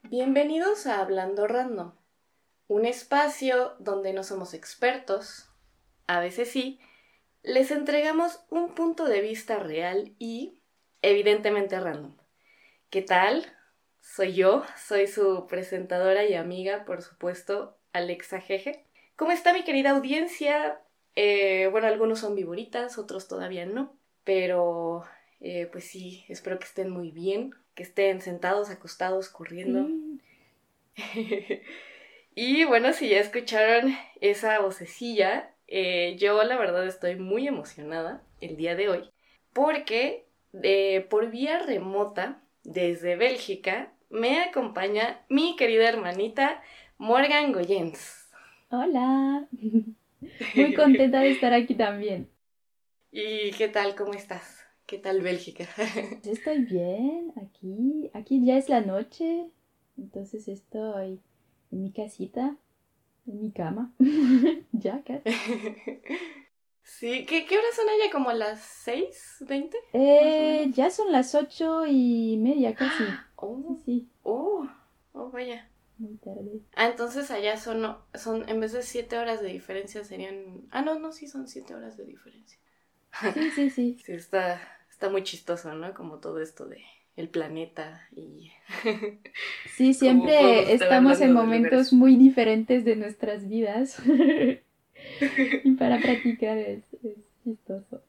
Bienvenidos a Hablando Random, un espacio donde no somos expertos, a veces sí, les entregamos un punto de vista real y, evidentemente, random. ¿Qué tal? Soy su presentadora y amiga, por supuesto, Alexa Jeje. ¿Cómo está mi querida audiencia? Algunos son viboritas, otros todavía no, pero pues sí, espero que estén muy bien, que estén sentados, acostados, corriendo. Sí. Y bueno, si ya escucharon esa vocecilla, yo la verdad estoy muy emocionada el día de hoy, porque por vía remota, desde Bélgica, me acompaña mi querida hermanita Morgan Goyens. Hola, muy contenta de estar aquí también. ¿Y qué tal? ¿Cómo estás? ¿Qué tal Bélgica? Estoy bien, aquí ya es la noche, entonces estoy en mi casita, en mi cama, ya casi. Sí, ¿qué horas son allá? ¿Como las 6:20? Más o menos. Ya son las 8:30 casi. Oh, Sí, vaya. muy tarde. Entonces allá son en vez de 7 horas de diferencia serían... no, sí son 7 horas de diferencia. Sí, sí, sí. Sí, está muy chistoso, ¿no? Como todo esto de el planeta y Sí, cómo podemos siempre estar estamos en hablando del momentos universo. muy diferentes de nuestras vidas. Y para practicar es chistoso.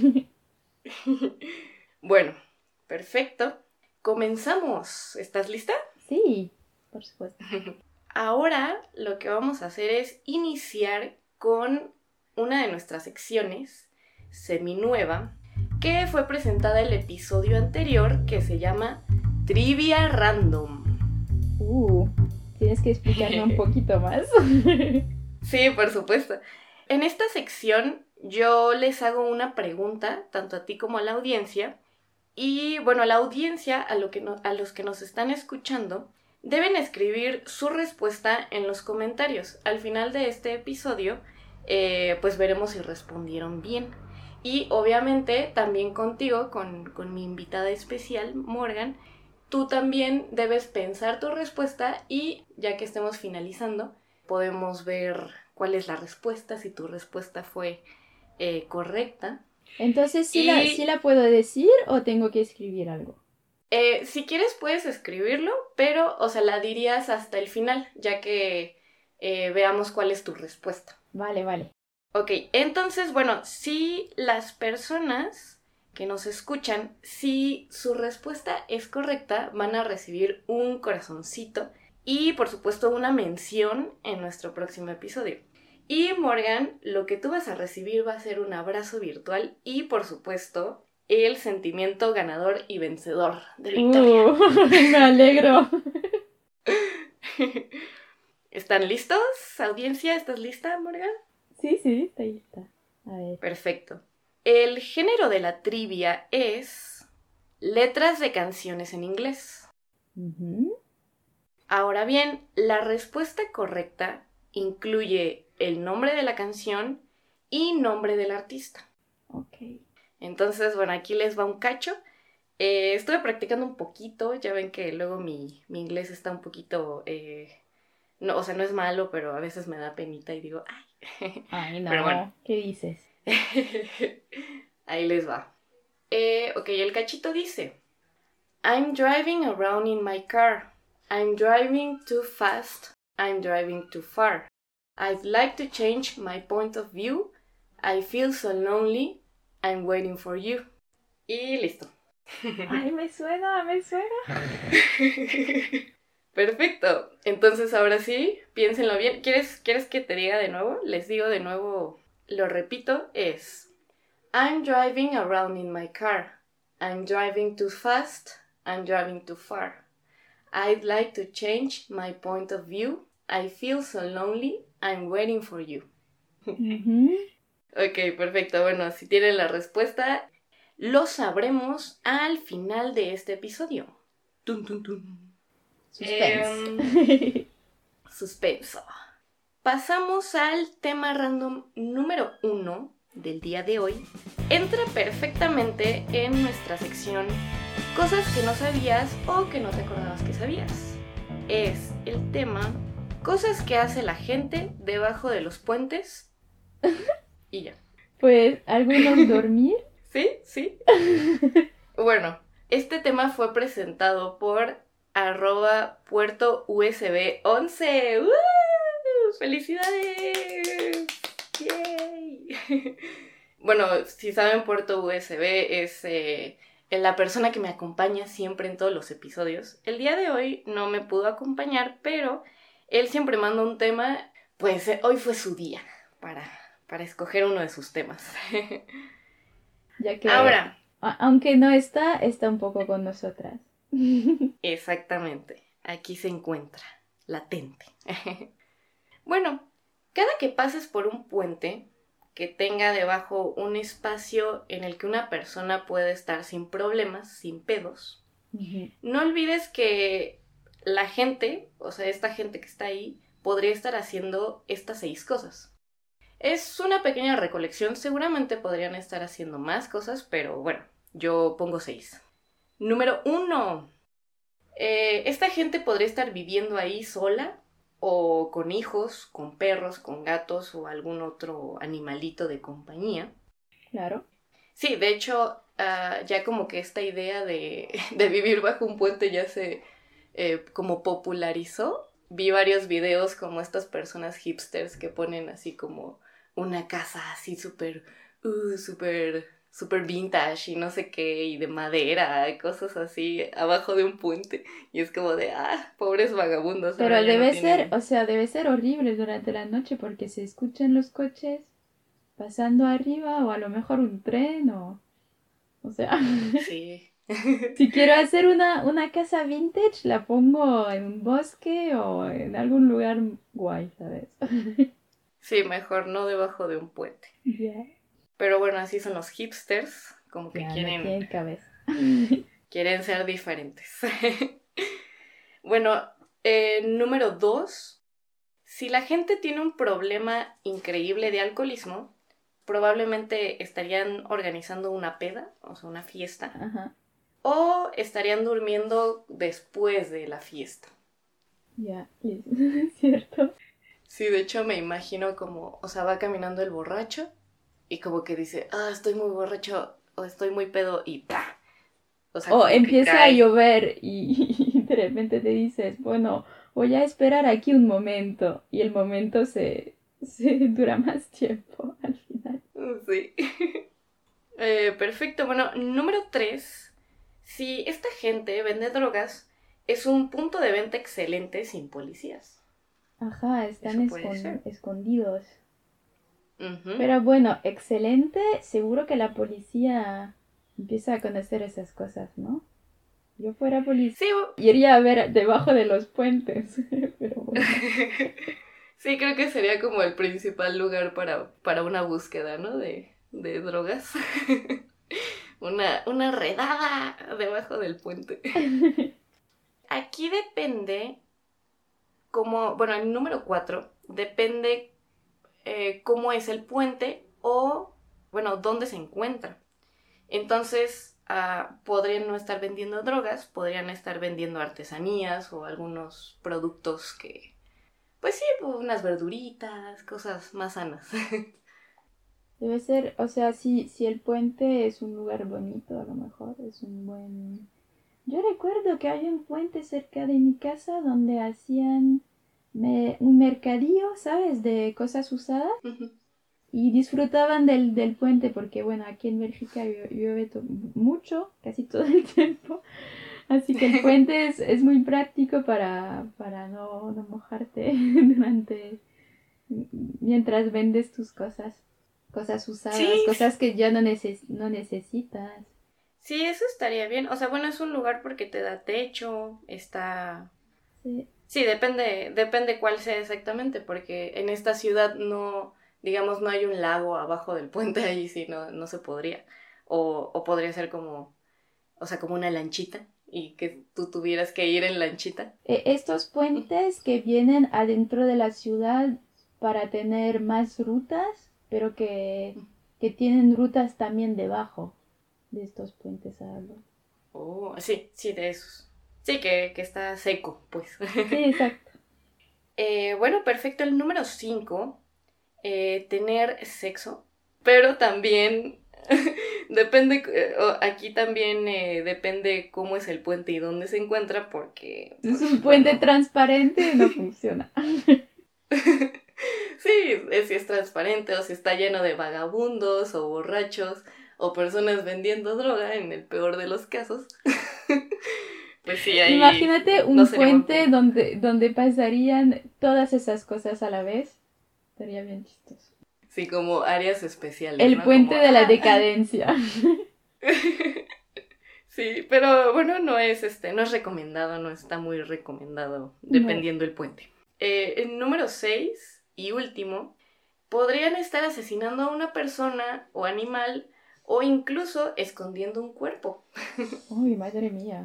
Bueno, perfecto. Comenzamos. ¿Estás lista? Sí, por supuesto. Ahora lo que vamos a hacer es iniciar con una de nuestras secciones seminueva que fue presentada el episodio anterior, que se llama Trivia Random. Tienes que explicarme un poquito más. Sí, por supuesto. En esta sección yo les hago una pregunta, tanto a ti como a la audiencia, y bueno, la audiencia, a los que nos están escuchando, deben escribir su respuesta en los comentarios. Al final de este episodio, pues veremos si respondieron bien. Y obviamente también contigo, con mi invitada especial, Morgan, tú también debes pensar tu respuesta y ya que estemos finalizando, podemos ver cuál es la respuesta, si tu respuesta fue correcta. Entonces, ¿sí Y la puedo decir o tengo que escribir algo? si quieres puedes escribirlo, pero, o sea, la dirías hasta el final, ya que veamos cuál es tu respuesta. Vale. Ok, entonces, bueno, si las personas que nos escuchan, si su respuesta es correcta, van a recibir un corazoncito y, por supuesto, una mención en nuestro próximo episodio. Y, Morgan, lo que tú vas a recibir va a ser un abrazo virtual y, por supuesto, el sentimiento ganador y vencedor de victoria. Me alegro. ¿Están listos? ¿Audiencia? ¿Estás lista, Morgan? Sí, estoy lista. A ver. Perfecto. El género de la trivia es letras de canciones en inglés. Uh-huh. Ahora bien, la respuesta correcta incluye el nombre de la canción y nombre del artista. Ok. Entonces, bueno, aquí les va un cacho. Estuve practicando un poquito, ya ven que luego mi inglés está un poquito... no, o sea, no es malo, pero a veces me da penita y digo, ay. Ay, no. Pero bueno. ¿Qué dices? Ahí les va. Ok, el cachito dice: I'm driving around in my car. I'm driving too fast. I'm driving too far. I'd like to change my point of view. I feel so lonely. I'm waiting for you. Y listo. Ay, me suena. Perfecto. Entonces ahora sí, piénsenlo bien. ¿Quieres que te diga de nuevo? Les digo de nuevo, lo repito, es: I'm driving around in my car. I'm driving too fast. I'm driving too far. I'd like to change my point of view. I feel so lonely. I'm waiting for you. Uh-huh. Ok, perfecto. Bueno, si tienen la respuesta, lo sabremos al final de este episodio. Tun, tun, tun. Suspense. Suspenso. Pasamos al tema random número 1 del día de hoy. Entra perfectamente en nuestra sección Cosas que no sabías o que no te acordabas que sabías. es el tema cosas que hace la gente debajo de los puentes y ya. Pues, ¿algunos dormir? Sí. Bueno, este tema fue presentado por @puertousb11. ¡Uh! ¡Felicidades! ¡Yay! Bueno, si saben, Puerto USB es la persona que me acompaña siempre en todos los episodios. El día de hoy no me pudo acompañar, pero él siempre manda un tema. Pues hoy fue su día para escoger uno de sus temas. Ya que, Ahora, aunque no está un poco con nosotras. exactamente, aquí se encuentra, latente. Bueno, cada que pases por un puente que tenga debajo un espacio en el que una persona puede estar sin problemas, sin pedos, no olvides que la gente, o sea, esta gente que está ahí, podría estar haciendo estas 6 cosas. Es una pequeña recolección, seguramente podrían estar haciendo más cosas, pero bueno, yo pongo 6. Número 1. Esta gente podría estar viviendo ahí sola o con hijos, con perros, con gatos o algún otro animalito de compañía. Claro. Sí, de hecho, ya como que esta idea de vivir bajo un puente ya se como popularizó. Vi varios videos como estas personas hipsters que ponen así como una casa así súper vintage y no sé qué, y de madera, y cosas así, abajo de un puente. Y es como de, pobres vagabundos. Pero ahora ya no debe tienen... debe ser horrible durante la noche porque se escuchan los coches pasando arriba o a lo mejor un tren o sea, Sí. si quiero hacer una casa vintage la pongo en un bosque o en algún lugar guay, ¿sabes? Sí, mejor no debajo de un puente. Ya. Pero bueno, así son los hipsters, como que Ya, no tiene cabeza. quieren ser diferentes. Bueno, número 2. Si la gente tiene un problema increíble de alcoholismo, probablemente estarían organizando una peda, o sea, una fiesta, Ajá. o estarían durmiendo después de la fiesta. Ya, es cierto. Sí, de hecho me imagino como, o sea, va caminando el borracho y como que dice, estoy muy borracho o estoy muy pedo y ¡pah! O sea, como que Empieza a cae. llover y de repente te dices, bueno, voy a esperar aquí un momento. Y el momento se dura más tiempo al final. Sí. Perfecto. Bueno, número 3. Si esta gente vende drogas, es un punto de venta excelente sin policías. Ajá, están Eso puede ser. escondidos. Ujú. Pero bueno, excelente. Seguro que la policía empieza a conocer esas cosas, ¿no? Yo fuera policía, Sí, iría a ver debajo de los puentes. Pero bueno. sí, creo que sería como el principal lugar para una búsqueda, ¿no? De drogas. Una redada debajo del puente. Aquí depende como, bueno, el número 4 depende cómo es el puente o, bueno, dónde se encuentra. Entonces, podrían no estar vendiendo drogas, podrían estar vendiendo artesanías o algunos productos que, pues sí, pues unas verduritas, cosas más sanas. Debe ser, o sea, si el puente es un lugar bonito, a lo mejor es un buen... Yo recuerdo que hay un puente cerca de mi casa donde hacían un mercadillo, ¿sabes? De cosas usadas y disfrutaban del puente porque, bueno, aquí en Bélgica llueve mucho, casi todo el tiempo. Así que el puente es muy práctico para no mojarte mientras vendes tus cosas usadas, Sí, cosas que ya no necesitas. sí, eso estaría bien. O sea, bueno, es un lugar porque te da techo, está... Sí. Sí, depende cuál sea exactamente, porque en esta ciudad no, digamos, no hay un lago abajo del puente, ahí sí no se podría. O podría ser como, o sea, como una lanchita y que tú tuvieras que ir en lanchita. Estos puentes que vienen adentro de la ciudad para tener más rutas, pero que tienen rutas también debajo de estos puentes. Algo. Oh, sí, sí, de esos. Sí, que está seco, pues. Sí, exacto. Bueno, perfecto. El número 5, tener sexo, pero también depende, aquí también depende cómo es el puente y dónde se encuentra, porque, Es pues, un puente bueno. transparente, no funciona. Sí, si es transparente o si está lleno de vagabundos o borrachos o personas vendiendo droga, en el peor de los casos, pues sí, ahí Imagínate no un sería buen puente punto. donde pasarían todas esas cosas a la vez. Estaría bien chistoso. Sí, como áreas especiales, El ¿no? Como, puente de la decadencia. Sí, pero bueno, no es recomendado, no está muy recomendado, No. dependiendo el puente. El número 6 y último, podrían estar asesinando a una persona o animal o incluso escondiendo un cuerpo. Uy, madre mía.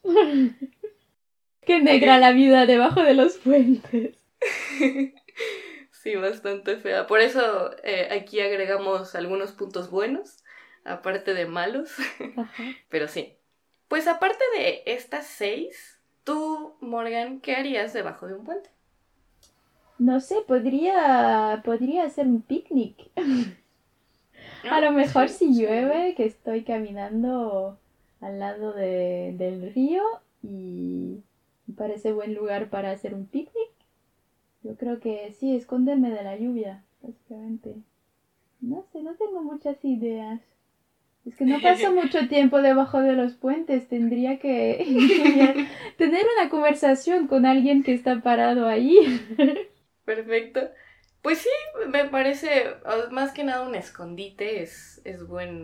Qué negra la vida debajo de los puentes. Sí, bastante fea. Por eso aquí agregamos algunos puntos buenos, aparte de malos. Ajá. Pero sí. Pues aparte de estas 6, tú, Morgan, ¿qué harías debajo de un puente? No sé, podría hacer un picnic. A Ah, lo mejor sí, si suena bien. llueve, que estoy caminando al lado del río y me parece buen lugar para hacer un picnic. Yo creo que sí, esconderme de la lluvia, básicamente. No sé, no tengo muchas ideas. Es que no paso mucho tiempo debajo de los puentes. Tendría que tener una conversación con alguien que está parado ahí. Perfecto. Pues sí, me parece más que nada un escondite, es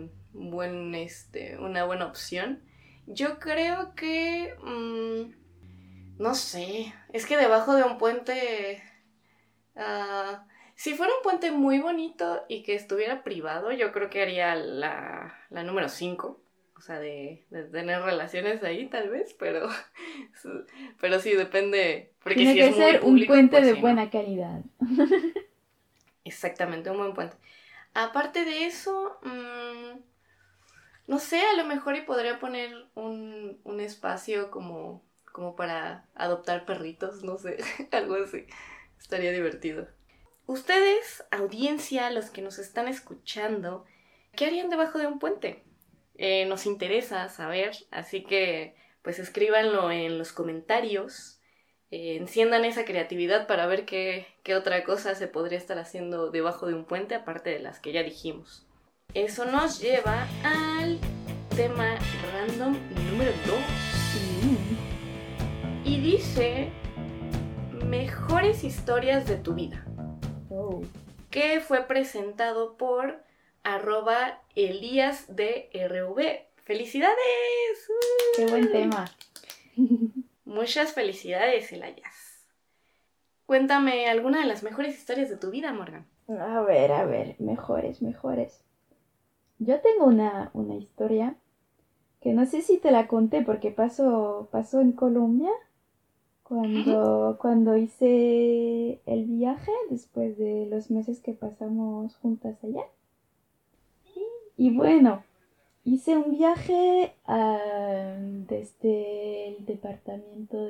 una buena opción. Yo creo que, no sé, es que debajo de un puente, ah, si fuera un puente muy bonito y que estuviera privado, yo creo que haría la número 5, o sea, de tener relaciones ahí tal vez, pero sí, depende, porque Tiene si es que muy ser un público, puente pues de sí, ¿no? buena calidad. Exactamente, un buen puente. Aparte de eso, no sé, a lo mejor y podría poner un espacio como para adoptar perritos, no sé, algo así. Estaría divertido. Ustedes, audiencia, los que nos están escuchando, ¿qué harían debajo de un puente? Nos interesa saber, así que pues escríbanlo en los comentarios, enciendan esa creatividad para ver qué otra cosa se podría estar haciendo debajo de un puente aparte de las que ya dijimos. Eso nos lleva al tema random número 2 y dice mejores historias de tu vida, Oh, que fue presentado por @ElíasDRV. ¡Felicidades! qué buen tema. Muchas felicidades, Elayas. Cuéntame alguna de las mejores historias de tu vida, Morgan. A ver, mejores. Yo tengo una historia que no sé si te la conté porque pasó en Colombia cuando hice el viaje después de los meses que pasamos juntas allá. Y bueno, hice un viaje desde el departamento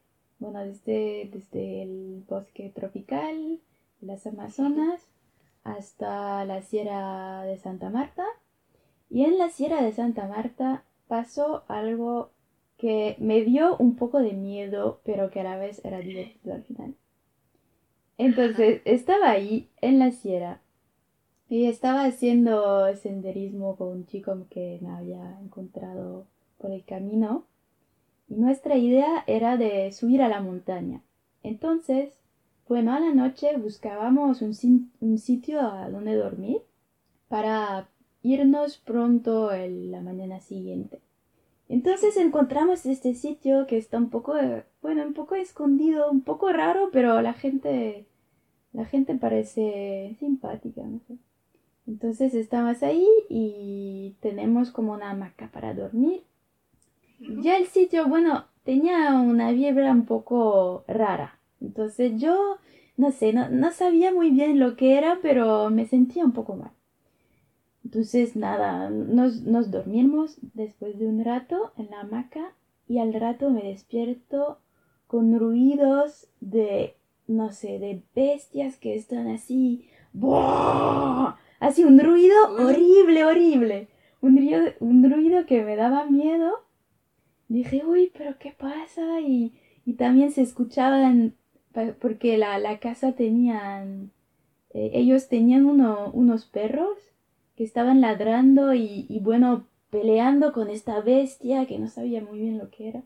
desde el bosque tropical, las Amazonas, hasta la Sierra de Santa Marta. Y en la Sierra de Santa Marta pasó algo que me dio un poco de miedo, pero que a la vez era divertido al final. Ajá. Entonces, estaba ahí en la sierra y estaba haciendo senderismo con un chico que me había encontrado por el camino. Y nuestra idea era de subir a la montaña. Entonces, bueno, a la noche buscábamos un sitio a donde dormir para irnos pronto la mañana siguiente. Entonces encontramos este sitio que está un poco, bueno, un poco escondido, un poco raro, pero la gente parece simpática, no sé. Entonces estamos ahí y tenemos como una hamaca para dormir. Ya el sitio, bueno, tenía una vibra un poco rara. Entonces yo, no sé, no sabía muy bien lo que era, pero me sentía un poco mal. Entonces nada, nos dormimos después de un rato en la hamaca y al rato me despierto con ruidos de, no sé, de bestias que están así. ¡Buah! Así un ruido horrible, horrible. Un ruido que me daba miedo. Dije, uy, pero ¿qué pasa? Y también se escuchaban, porque la casa tenían, ellos tenían unos perros que estaban ladrando y bueno, peleando con esta bestia que no sabía muy bien lo que era.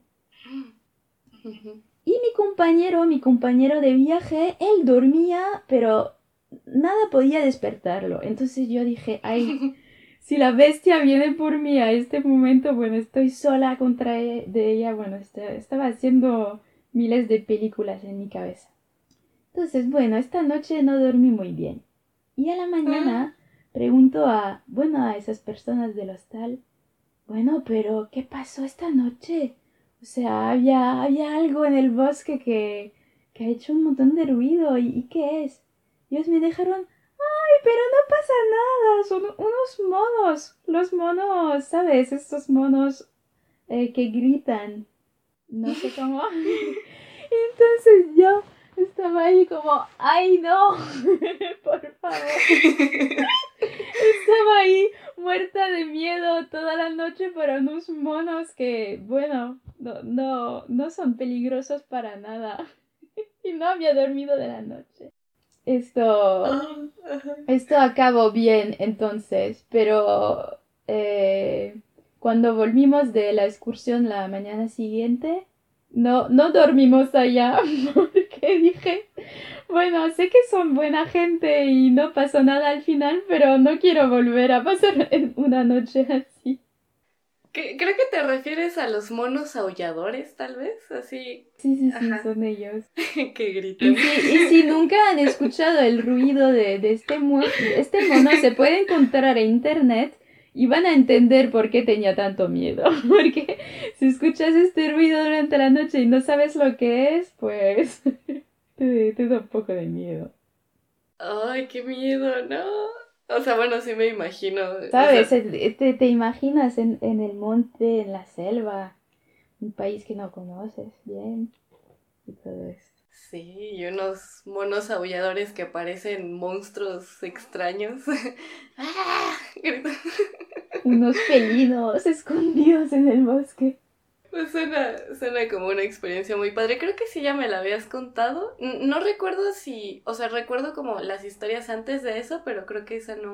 Y mi compañero de viaje, él dormía, pero nada podía despertarlo. Entonces yo dije, ay, si la bestia viene por mí a este momento, bueno, estoy sola contra de ella. Bueno, estaba haciendo miles de películas en mi cabeza. Entonces, bueno, esta noche no dormí muy bien. Y a la mañana pregunto a esas personas del hostal, bueno, pero ¿qué pasó esta noche? O sea, había algo en el bosque que ha hecho un montón de ruido. ¿Y qué es? Ellos me dijeron, ay, pero no pasa nada, son unos monos. Los monos, ¿sabes? Estos monos que gritan. No sé cómo. Entonces yo estaba ahí como, ay no, por favor. Estaba ahí muerta de miedo toda la noche para unos monos que, bueno, no son peligrosos para nada. Y no había dormido de la noche. Esto acabó bien entonces, pero cuando volvimos de la excursión la mañana siguiente, no dormimos allá porque dije, bueno, sé que son buena gente y no pasó nada al final, pero no quiero volver a pasar una noche así. Creo que te refieres a los monos aulladores, tal vez, así. Sí, Ajá. son ellos. Que gritan. Y si nunca han escuchado el ruido de este mono, se puede encontrar en internet y van a entender por qué tenía tanto miedo. Porque si escuchas este ruido durante la noche y no sabes lo que es, pues te da un poco de miedo. Ay, qué miedo, ¿no? O sea, bueno, sí me imagino. O ¿Sabes? sea, Te imaginas en el monte, en la selva, un país que no conoces bien y todo eso. sí, y unos monos aulladores que parecen monstruos extraños. ¡Ah! Gritan. Unos felinos escondidos en el bosque. Pues suena como una experiencia muy padre. Creo que sí ya me la habías contado. No recuerdo si, o sea, recuerdo como las historias antes de eso, pero creo que esa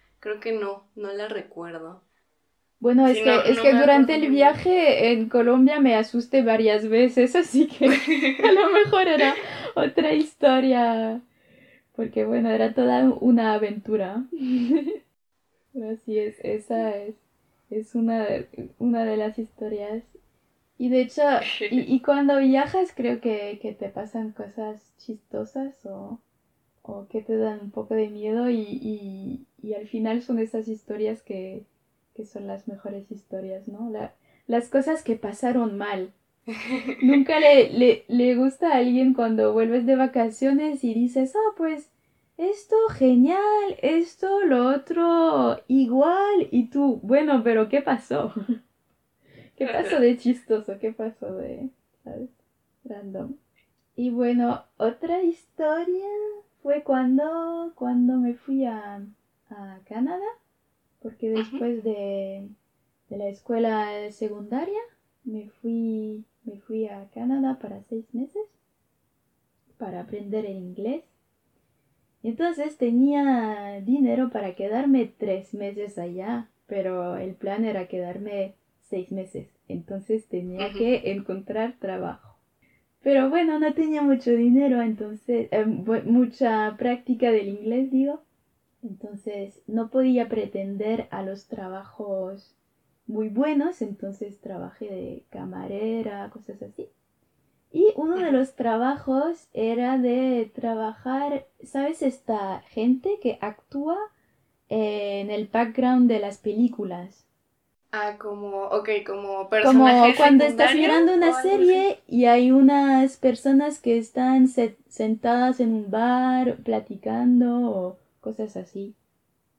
no la recuerdo. Bueno, Sí, es no que me durante acuerdo el muy bien. viaje en Colombia me asusté varias veces, así que a lo mejor era otra historia, porque bueno, era toda una aventura. Pero así es una de las historias. Y de hecho, y cuando viajas creo que te pasan cosas chistosas o que te dan un poco de miedo y al final son esas historias que son las mejores historias, ¿no? Las cosas que pasaron mal. Nunca le gusta a alguien cuando vuelves de vacaciones y dices, oh, pues esto genial, esto, lo otro igual, y tú, bueno, pero ¿qué pasó? ¿Qué pasó de chistoso? ¿Qué pasó de, ¿sabes? Random. Y bueno, otra historia fue cuando me fui a Canadá, porque después de la escuela secundaria me fui a Canadá para 6 meses para aprender el inglés. Entonces tenía dinero para quedarme 3 meses allá, pero el plan era quedarme 6 meses. Entonces tenía que encontrar trabajo. Pero bueno, no tenía mucho dinero, entonces, mucha práctica del inglés, digo. Entonces no podía pretender a los trabajos muy buenos, entonces trabajé de camarera, cosas así. Y uno de los trabajos era de trabajar, ¿sabes? Esta gente que actúa en el background de las películas. Ah, como Como personaje cuando estás secundario mirando o una algo así. serie y hay unas personas que están sentadas en un bar platicando o cosas así.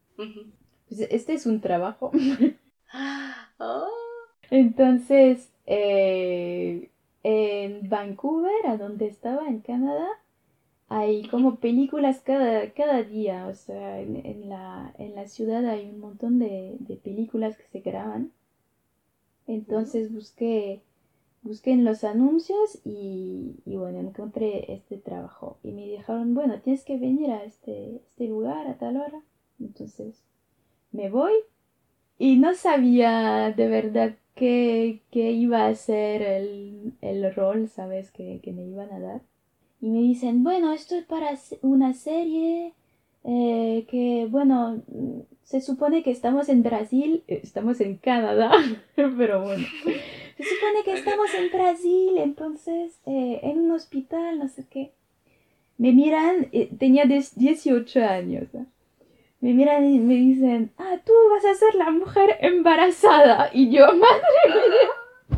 Pues este es un trabajo. Oh. Entonces, En Vancouver, a donde estaba, en Canadá, hay como películas cada día. O sea, en la ciudad hay un montón de películas que se graban. Entonces busqué en los anuncios y bueno, encontré este trabajo. Y me dijeron, bueno, tienes que venir a este lugar a tal hora. Entonces me voy y no sabía de verdad qué iba a ser el rol, ¿sabes? Que me iban a dar. Y me dicen, bueno, esto es para una serie que, bueno, se supone que estamos en Brasil, estamos en Canadá, pero bueno. Se supone que estamos en Brasil, entonces, en un hospital, no sé qué. Me miran, tenía 18 años, ¿no? Me miran y me dicen, ah, tú vas a ser la mujer embarazada. Y yo, madre mía.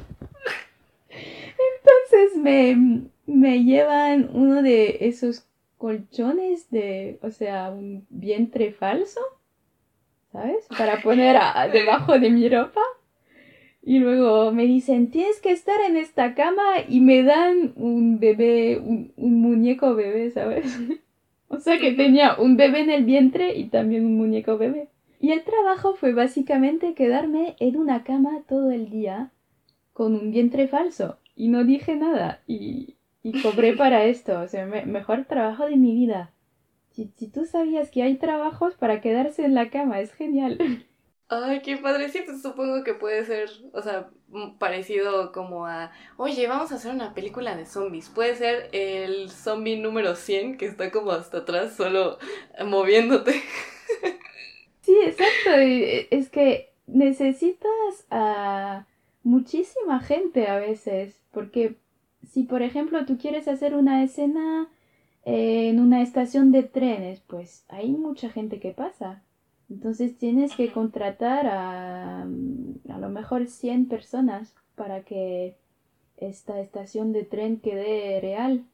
Entonces me llevan uno de esos colchones o sea, un vientre falso, ¿sabes? Para poner debajo de mi ropa. Y luego me dicen, tienes que estar en esta cama y me dan un bebé, un muñeco bebé, ¿sabes? O sea que tenía un bebé en el vientre y también un muñeco bebé. Y el trabajo fue básicamente quedarme en una cama todo el día con un vientre falso. Y no dije nada. Y cobré para esto. O sea, mejor trabajo de mi vida. Si tú sabías que hay trabajos para quedarse en la cama, es genial. Ay, qué padre. Sí, pues supongo que puede ser, o sea, parecido como a, oye, vamos a hacer una película de zombies. Puede ser el zombie número 100 que está como hasta atrás, solo moviéndote. Sí, exacto. Es que necesitas a muchísima gente a veces, porque si por ejemplo tú quieres hacer una escena en una estación de trenes, pues hay mucha gente que pasa. Entonces tienes que contratar a lo mejor 100 personas para que esta estación de tren quede real.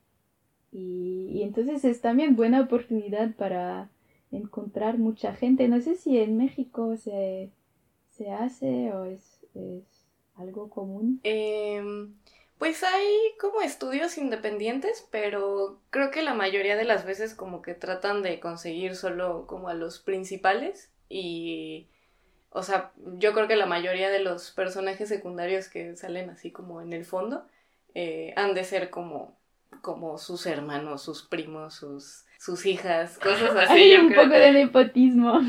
Y entonces es también buena oportunidad para encontrar mucha gente. No sé si en México se hace o es algo común. Pues hay como estudios independientes, pero creo que la mayoría de las veces como que tratan de conseguir solo como a los principales y, o sea, yo creo que la mayoría de los personajes secundarios que salen así como en el fondo han de ser como sus hermanos, sus primos, sus hijas, cosas así, Hay yo un poco creo. de nepotismo.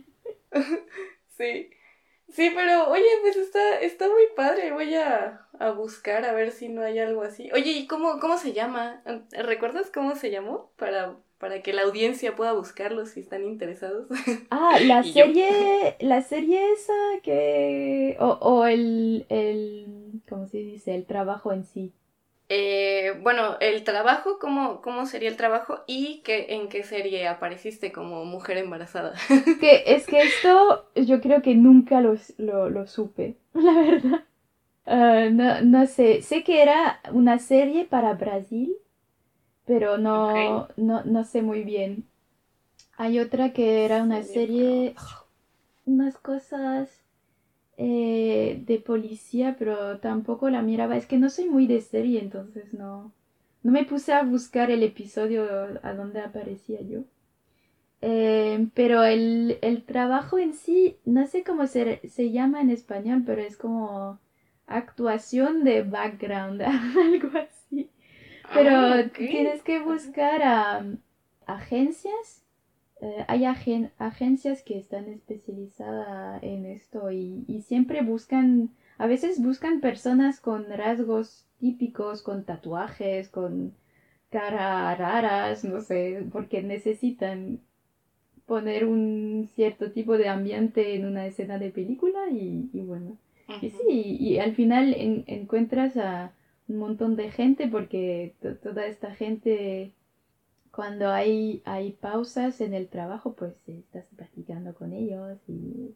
Sí. Sí, pero oye, pues está muy padre. Voy a buscar a ver si no hay algo así. Oye, ¿y cómo se llama? ¿Recuerdas cómo se llamó? Para que la audiencia pueda buscarlo si están interesados. Ah, Y yo. la serie esa o ¿cómo se dice? El trabajo en sí. Bueno, el trabajo, ¿cómo sería el trabajo? Y en qué serie apareciste como mujer embarazada. Es que esto yo creo que nunca lo supe, la verdad. No sé, sé que era una serie para Brasil, pero Ok. no sé muy bien. Hay otra que era una Serie para serie, Brasil. unas cosas de policía, pero tampoco la miraba. Es que no soy muy de serie, entonces no me puse a buscar el episodio a donde aparecía yo. Pero el trabajo en sí, no sé cómo se llama en español, pero es como actuación de background, algo así. Ah, Pero ok. tienes que Ajá. buscar a agencias. Hay agencias que están especializadas en esto y siempre buscan, a veces buscan personas con rasgos típicos, con tatuajes, con cara raras, no sé, porque necesitan poner un cierto tipo de ambiente en una escena de película y bueno. Y sí, Ujú. y al final encuentras a un montón de gente porque toda esta gente, cuando hay pausas en el trabajo, pues estás platicando con ellos y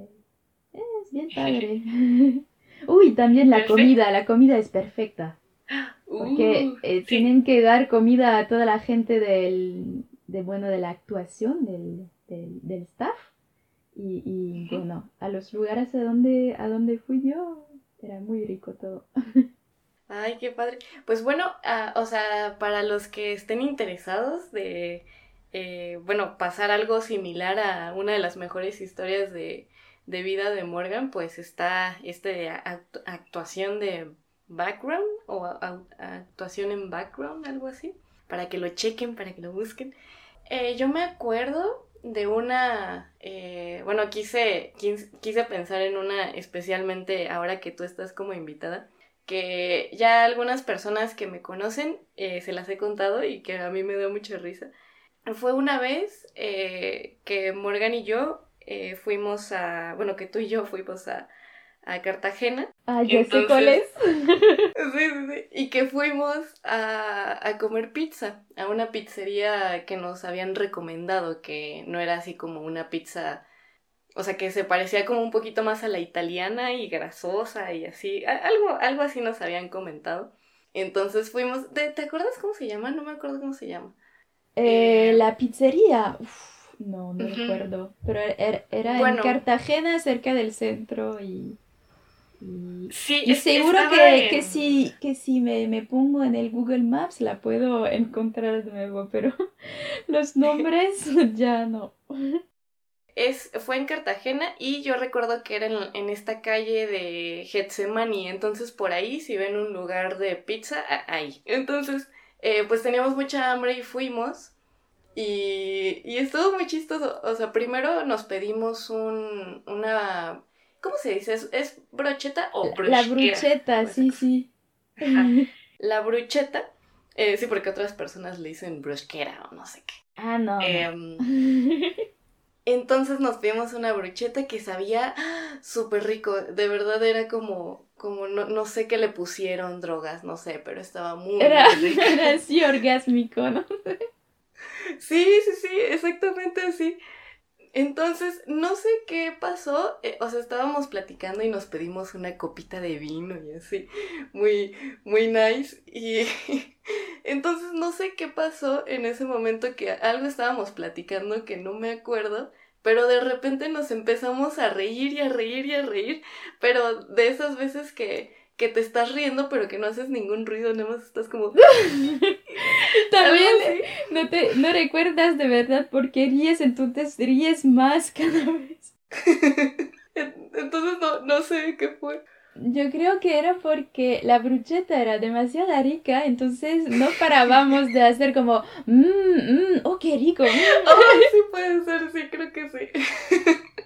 es bien padre. Uy, también Perfecto. la comida es perfecta. Porque Sí. tienen que dar comida a toda la gente bueno, de la actuación, del staff. Y Ujú. bueno, a los lugares a donde fui yo, Era muy rico todo. Ay, qué padre. Pues bueno, o sea, para los que estén interesados de, bueno, pasar algo similar a una de las mejores historias de vida de Morgan, pues está actuación de background o actuación en background, algo así, para que lo chequen, para que lo busquen. Yo me acuerdo de una, bueno, quise pensar en una especialmente ahora que tú estás como invitada, que ya algunas personas que me conocen se las he contado y que a mí me dio mucha risa. Fue una vez que Morgan y yo fuimos bueno, que tú y yo fuimos a Cartagena. Ah, ya sé cuál Entonces, es. sí. Y que fuimos a comer pizza, a una pizzería que nos habían recomendado, que no era así como una pizza, o sea, que se parecía como un poquito más a la italiana y grasosa y así, algo así nos habían comentado. Entonces fuimos, ¿te acuerdas cómo se llama? No me acuerdo cómo se llama. La pizzería. Uf, no Ujú. recuerdo. Pero era en Bueno, Cartagena, cerca del centro. sí, Y es que seguro estaba que si me pongo en el Google Maps la puedo encontrar de nuevo, pero los nombres ya no. fue en Cartagena y yo recuerdo que era en esta calle de Getsemani, entonces por ahí si ven un lugar de pizza, ahí. Entonces, pues teníamos mucha hambre y fuimos y estuvo muy chistoso. O sea, primero nos pedimos una... ¿Cómo se dice? ¿Es brocheta o La bruschetta? brucheta, Pues, sí, sí. ajá. La brucheta, sí, porque otras personas le dicen bruschera o no sé qué. Ah, no. Em, Entonces nos pedimos una brocheta que sabía súper rico. De verdad era como no sé qué le pusieron, drogas, no sé, pero estaba muy, Era, muy rica. era así orgásmico, ¿no? Sí, exactamente así. Entonces, no sé qué pasó, o sea, estábamos platicando y nos pedimos una copita de vino y así, muy, muy nice. Y entonces no sé qué pasó en ese momento que algo estábamos platicando que no me acuerdo, pero de repente nos empezamos a reír y a reír y a reír, pero de esas veces que te estás riendo pero que no haces ningún ruido, nada más estás como... Y algo también así. no recuerdas de verdad por qué ríes, entonces ríes más cada vez. Entonces no sé qué fue. Yo creo que era porque la brucheta era demasiado rica, entonces no parábamos de hacer como, oh, qué rico. Ay, sí puede ser, sí, creo que sí.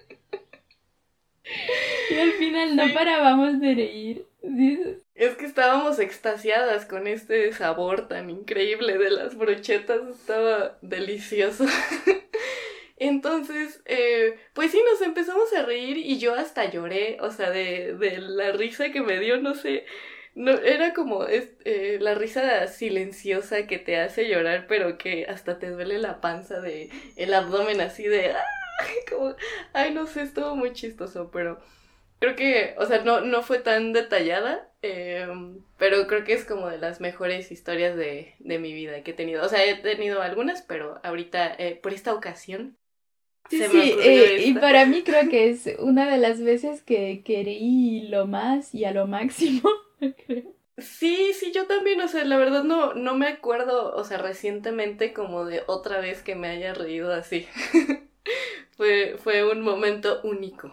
Y al final no Sí. parábamos de reír. Sí. Es que estábamos extasiadas con este sabor tan increíble de las brochetas, estaba delicioso. Entonces, pues sí, nos empezamos a reír y yo hasta lloré, o sea, de la risa que me dio, no sé, no, era como la risa silenciosa que te hace llorar, pero que hasta te duele la panza de el abdomen así de, como, ay, no sé, estuvo muy chistoso, pero creo que, o sea, no fue tan detallada, pero creo que es como de las mejores historias de mi vida que he tenido. O sea, he tenido algunas, pero ahorita, por esta ocasión, Sí, se me sí, ocurrió y esta. para mí creo que es una de las veces que reí lo más y a lo máximo, creo. Sí, yo también, o sea, la verdad no me acuerdo, o sea, recientemente como de otra vez que me haya reído así. Fue un momento único.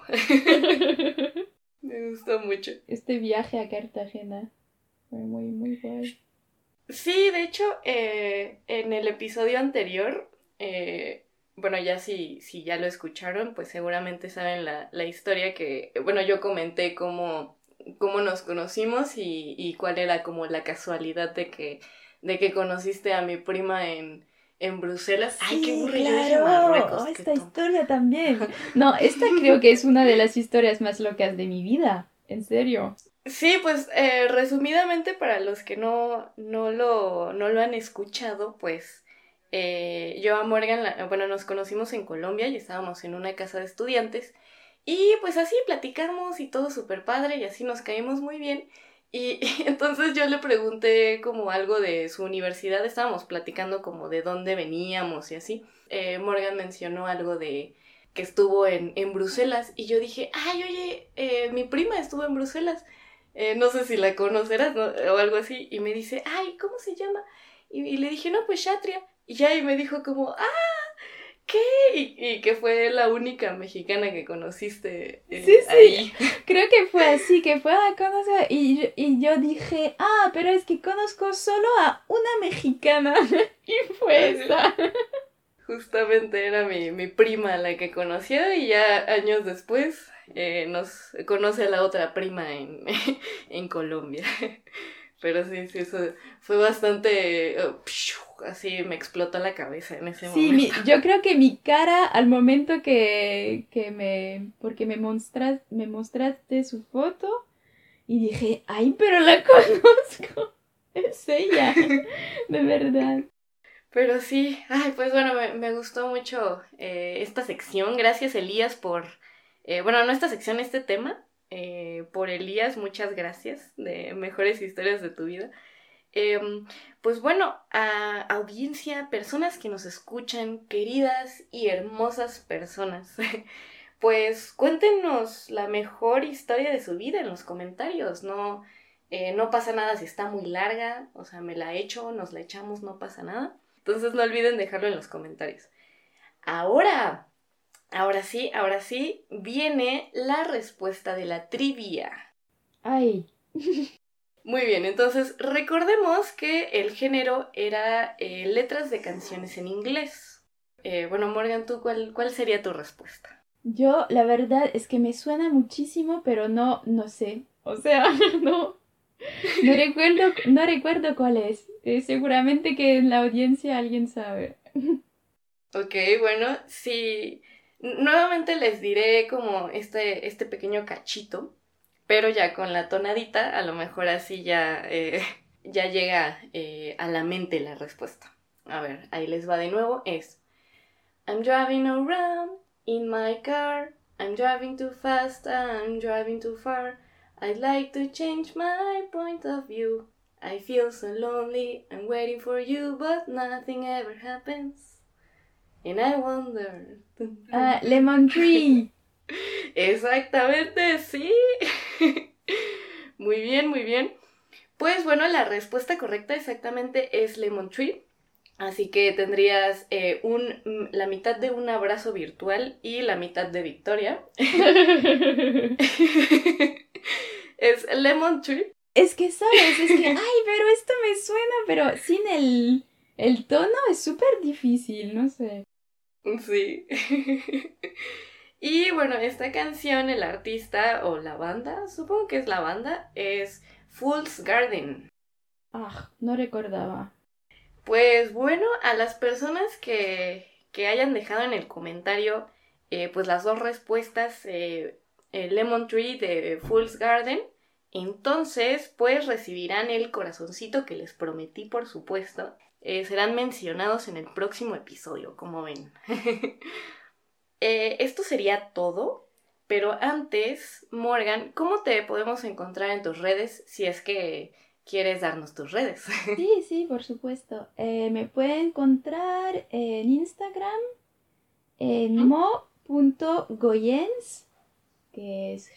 Me gustó mucho. Este viaje a Cartagena fue muy, muy guay. Sí, de hecho, en el episodio anterior, bueno, ya si ya lo escucharon, pues seguramente saben la historia que, bueno, yo comenté cómo nos conocimos y cuál era como la casualidad de que conociste a mi prima en Bruselas. Ay, qué Sí, aburrido, yo dije claro, Marruecos, oh, qué esta tonta. historia también. No, esta creo que es una de las historias más locas de mi vida, en serio. Sí, pues resumidamente para los que no lo han escuchado, pues yo a Morgan, bueno, nos conocimos en Colombia y estábamos en una casa de estudiantes y pues así platicamos y todo súper padre y así nos caímos muy bien y, y entonces yo le pregunté como algo de su universidad, estábamos platicando como de dónde veníamos y así. Morgan mencionó algo de que estuvo en Bruselas y yo dije, ay, oye, mi prima estuvo en Bruselas. no sé si la conocerás, ¿no? O algo así, y me dice, ay, ¿cómo se llama? Y le dije, no, pues Shatria. Y ya, y me dijo como, ¿qué? Y que fue la única mexicana que conociste Sí, ahí. creo que fue así, que fue a conocer y yo dije, pero es que conozco solo a una mexicana y fue esa. Justamente era mi prima la que conoció y ya años después nos conoce a la otra prima en Colombia. Pero sí, eso fue bastante... así me explotó la cabeza en ese Sí, momento. yo creo que mi cara al momento porque me mostraste su foto y dije, ay, pero la conozco, es ella, de verdad. Pero sí, ay, pues bueno, me gustó mucho esta sección. Gracias, Elías, por... bueno, no esta sección, este tema. Por Elías, muchas gracias de mejores historias de tu vida. Pues bueno, a audiencia, personas que nos escuchan, queridas y hermosas personas, pues cuéntenos la mejor historia de su vida en los comentarios. No, no pasa nada si está muy larga, o sea, me la echo, nos la echamos, no pasa nada. Entonces no olviden dejarlo en los comentarios. Ahora, ahora sí, viene la respuesta de la trivia. Ay, Muy bien, entonces recordemos que el género era letras de canciones en inglés. Bueno, Morgan, ¿tú cuál sería tu respuesta? yo la verdad es que me suena muchísimo, pero no sé, o sea, no. No recuerdo cuál es. Seguramente que en la audiencia alguien sabe. Ok, bueno, sí. Nuevamente les diré como este pequeño cachito, pero ya con la tonadita, a lo mejor así ya, ya llega a la mente la respuesta. A ver, ahí les va de nuevo. Es I'm driving around in my car. I'm driving too fast, I'm driving too far. I'd like to change my point of view. I feel so lonely, I'm waiting for you, but nothing ever happens. And I wonder. Lemon Tree. Exactamente, sí. Muy bien, muy bien. Pues bueno, la respuesta correcta exactamente es Lemon Tree. Así que tendrías la mitad de un abrazo virtual y la mitad de Victoria. Es Lemon Tree. Es que, ¿sabes? Es que, ay, pero esto me suena, pero sin el tono es súper difícil, no sé. Sí. Y bueno, esta canción, el artista o la banda, supongo que es la banda, es Fool's Garden. No recordaba. Pues bueno, a las personas que hayan dejado en el comentario pues las dos respuestas, Lemon Tree de Fool's Garden, entonces pues recibirán el corazoncito que les prometí, por supuesto. Serán mencionados en el próximo episodio, como ven. Esto sería todo, pero antes, Morgan, ¿cómo te podemos encontrar en tus redes si es que quieres darnos tus redes? Sí, por supuesto. Me pueden encontrar en Instagram en mo.goyens, que es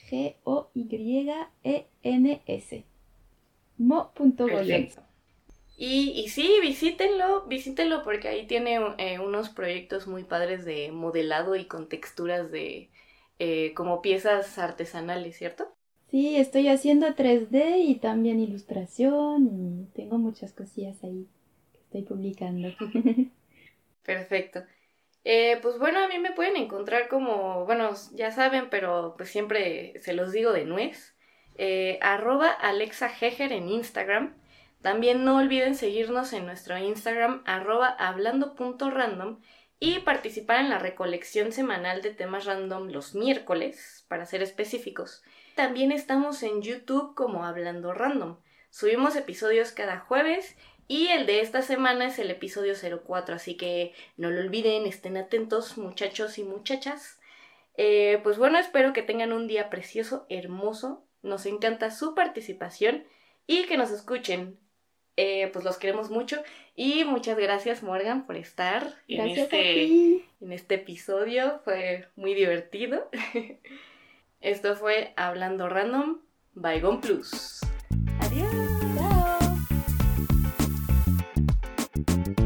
Goyens. Mo.goyens. Perfecto. Y sí, visítenlo porque ahí tiene unos proyectos muy padres de modelado y con texturas de como piezas artesanales, ¿cierto? Sí, estoy haciendo 3D y también ilustración y tengo muchas cosillas ahí que estoy publicando. Perfecto. Pues bueno, a mí me pueden encontrar como, bueno, ya saben, pero pues siempre se los digo de nuez, @AlexaHeger en Instagram. También no olviden seguirnos en nuestro Instagram, @hablando.random, y participar en la recolección semanal de temas random los miércoles, para ser específicos. También estamos en YouTube como Hablando Random. Subimos episodios cada jueves y el de esta semana es el episodio 04, así que no lo olviden, estén atentos, muchachos y muchachas. Pues bueno, espero que tengan un día precioso, hermoso. Nos encanta su participación y que nos escuchen. Pues los queremos mucho y muchas gracias, Morgan, por estar Gracias a ti. en este episodio. Fue muy divertido. Esto fue Hablando Random. Bygone Plus. Adiós. Chao.